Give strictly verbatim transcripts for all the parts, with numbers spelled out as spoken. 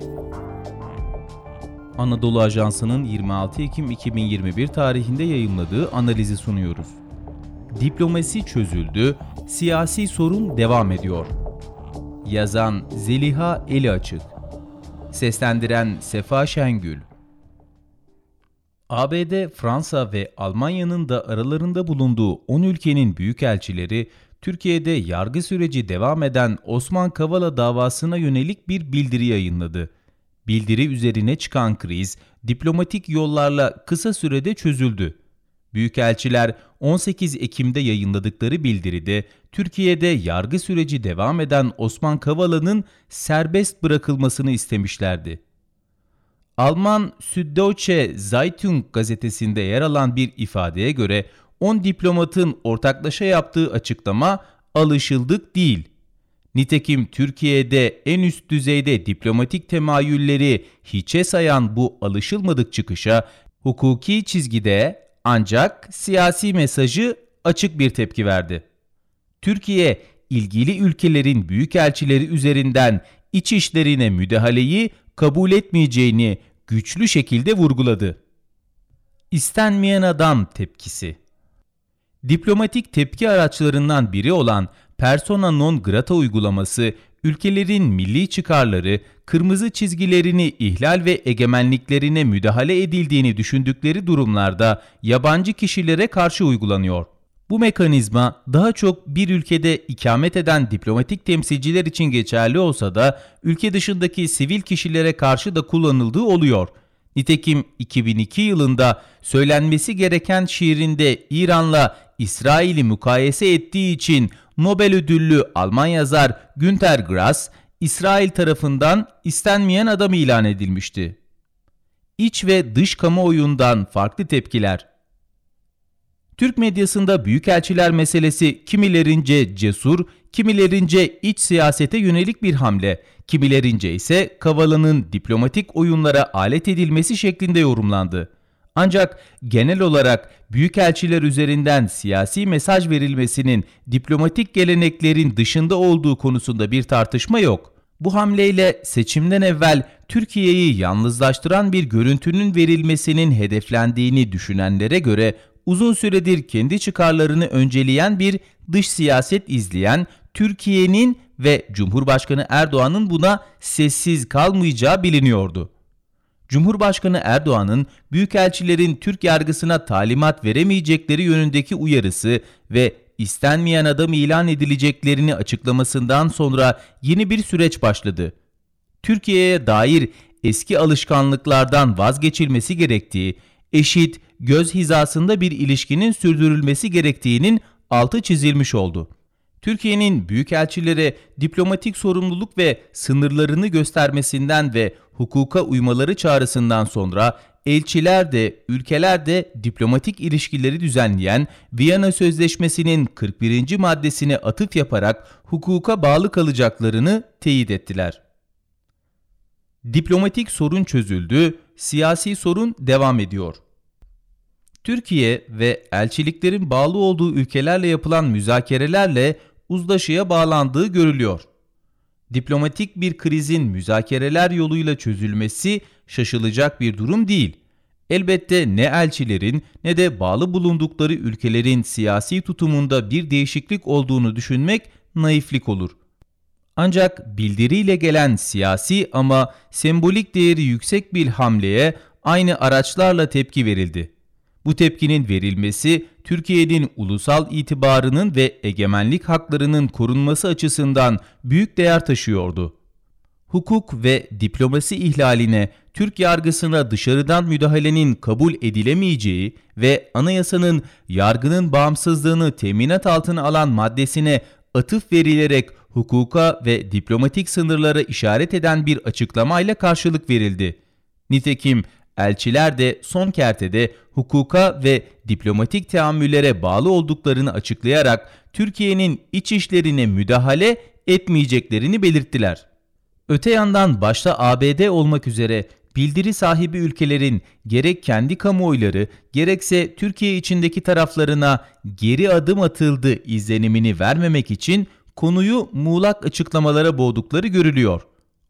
Anadolu Ajansı'nın yirmi altı Ekim iki bin yirmi bir tarihinde yayımladığı analizi sunuyoruz. Diplomasi çözüldü, siyasi sorun devam ediyor. Yazan Zeliha Eliaçık, seslendiren Sefa Şengül. A B D, Fransa ve Almanya'nın da aralarında bulunduğu on ülkenin büyükelçileri, Türkiye'de yargı süreci devam eden Osman Kavala davasına yönelik bir bildiri yayınladı. Bildiri üzerine çıkan kriz, diplomatik yollarla kısa sürede çözüldü. Büyükelçiler on sekiz Ekim'de yayınladıkları bildiride, Türkiye'de yargı süreci devam eden Osman Kavala'nın serbest bırakılmasını istemişlerdi. Alman Süddeutsche Zeitung gazetesinde yer alan bir ifadeye göre on diplomatın ortaklaşa yaptığı açıklama alışıldık değil. Nitekim Türkiye'de en üst düzeyde diplomatik temayülleri hiçe sayan bu alışılmadık çıkışa hukuki çizgide ancak siyasi mesajı açık bir tepki verdi. Türkiye, ilgili ülkelerin büyükelçileri üzerinden iç işlerine müdahaleyi kabul etmeyeceğini güçlü şekilde vurguladı. İstenmeyen adam tepkisi. Diplomatik tepki araçlarından biri olan persona non grata uygulaması, ülkelerin milli çıkarları, kırmızı çizgilerini ihlal ve egemenliklerine müdahale edildiğini düşündükleri durumlarda yabancı kişilere karşı uygulanıyor. Bu mekanizma daha çok bir ülkede ikamet eden diplomatik temsilciler için geçerli olsa da ülke dışındaki sivil kişilere karşı da kullanıldığı oluyor. Nitekim iki bin iki yılında söylenmesi gereken şiirinde İran'la İsrail'i mukayese ettiği için Nobel ödüllü Alman yazar Günter Grass, İsrail tarafından istenmeyen adam ilan edilmişti. İç ve dış kamuoyundan farklı tepkiler. Türk medyasında büyükelçiler meselesi kimilerince cesur, kimilerince iç siyasete yönelik bir hamle, kimilerince ise Kavala'nın diplomatik oyunlara alet edilmesi şeklinde yorumlandı. Ancak genel olarak büyükelçiler üzerinden siyasi mesaj verilmesinin diplomatik geleneklerin dışında olduğu konusunda bir tartışma yok. Bu hamleyle seçimden evvel Türkiye'yi yalnızlaştıran bir görüntünün verilmesinin hedeflendiğini düşünenlere göre uzun süredir kendi çıkarlarını önceleyen bir dış siyaset izleyen Türkiye'nin ve Cumhurbaşkanı Erdoğan'ın buna sessiz kalmayacağı biliniyordu. Cumhurbaşkanı Erdoğan'ın büyükelçilerin Türk yargısına talimat veremeyecekleri yönündeki uyarısı ve istenmeyen adam ilan edileceklerini açıklamasından sonra yeni bir süreç başladı. Türkiye'ye dair eski alışkanlıklardan vazgeçilmesi gerektiği, eşit, göz hizasında bir ilişkinin sürdürülmesi gerektiğinin altı çizilmiş oldu. Türkiye'nin büyükelçilere diplomatik sorumluluk ve sınırlarını göstermesinden ve hukuka uymaları çağrısından sonra elçiler de ülkeler de diplomatik ilişkileri düzenleyen Viyana Sözleşmesi'nin kırk birinci maddesine atıf yaparak hukuka bağlı kalacaklarını teyit ettiler. Diplomatik sorun çözüldü, siyasi sorun devam ediyor. Türkiye ve elçiliklerin bağlı olduğu ülkelerle yapılan müzakerelerle uzlaşıya bağlandığı görülüyor. Diplomatik bir krizin müzakereler yoluyla çözülmesi şaşılacak bir durum değil. Elbette ne elçilerin ne de bağlı bulundukları ülkelerin siyasi tutumunda bir değişiklik olduğunu düşünmek naiflik olur. Ancak bildiriyle gelen siyasi ama sembolik değeri yüksek bir hamleye aynı araçlarla tepki verildi. Bu tepkinin verilmesi, Türkiye'nin ulusal itibarının ve egemenlik haklarının korunması açısından büyük değer taşıyordu. Hukuk ve diplomasi ihlaline, Türk yargısına dışarıdan müdahalenin kabul edilemeyeceği ve anayasanın yargının bağımsızlığını teminat altına alan maddesine atıf verilerek hukuka ve diplomatik sınırlara işaret eden bir açıklamayla karşılık verildi. Nitekim elçiler de son kertede hukuka ve diplomatik teamüllere bağlı olduklarını açıklayarak Türkiye'nin iç işlerine müdahale etmeyeceklerini belirttiler. Öte yandan başta A B D olmak üzere bildiri sahibi ülkelerin gerek kendi kamuoyları gerekse Türkiye içindeki taraflarına geri adım atıldı izlenimini vermemek için konuyu muğlak açıklamalara boğdukları görülüyor.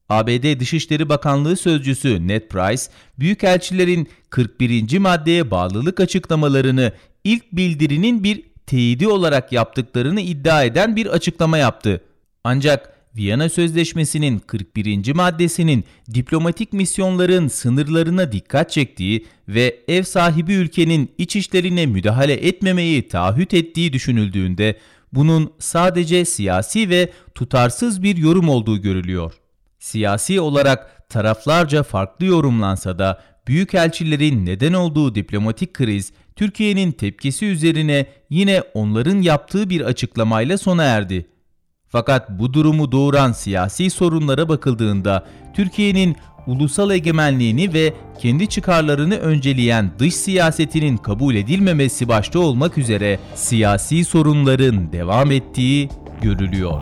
A B D Dışişleri Bakanlığı Sözcüsü Ned Price, büyükelçilerin kırk birinci maddeye bağlılık açıklamalarını ilk bildirinin bir teyidi olarak yaptıklarını iddia eden bir açıklama yaptı. Ancak Viyana Sözleşmesi'nin kırk birinci maddesinin diplomatik misyonların sınırlarına dikkat çektiği ve ev sahibi ülkenin iç işlerine müdahale etmemeyi taahhüt ettiği düşünüldüğünde bunun sadece siyasi ve tutarsız bir yorum olduğu görülüyor. Siyasi olarak taraflarca farklı yorumlansa da büyükelçilerin neden olduğu diplomatik kriz, Türkiye'nin tepkisi üzerine yine onların yaptığı bir açıklamayla sona erdi. Fakat bu durumu doğuran siyasi sorunlara bakıldığında Türkiye'nin ulusal egemenliğini ve kendi çıkarlarını önceleyen dış siyasetinin kabul edilmemesi başta olmak üzere siyasi sorunların devam ettiği görülüyor.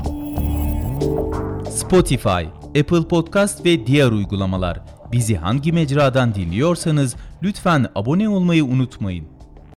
Spotify, Apple Podcast ve diğer uygulamalar. Bizi hangi mecradan dinliyorsanız lütfen abone olmayı unutmayın.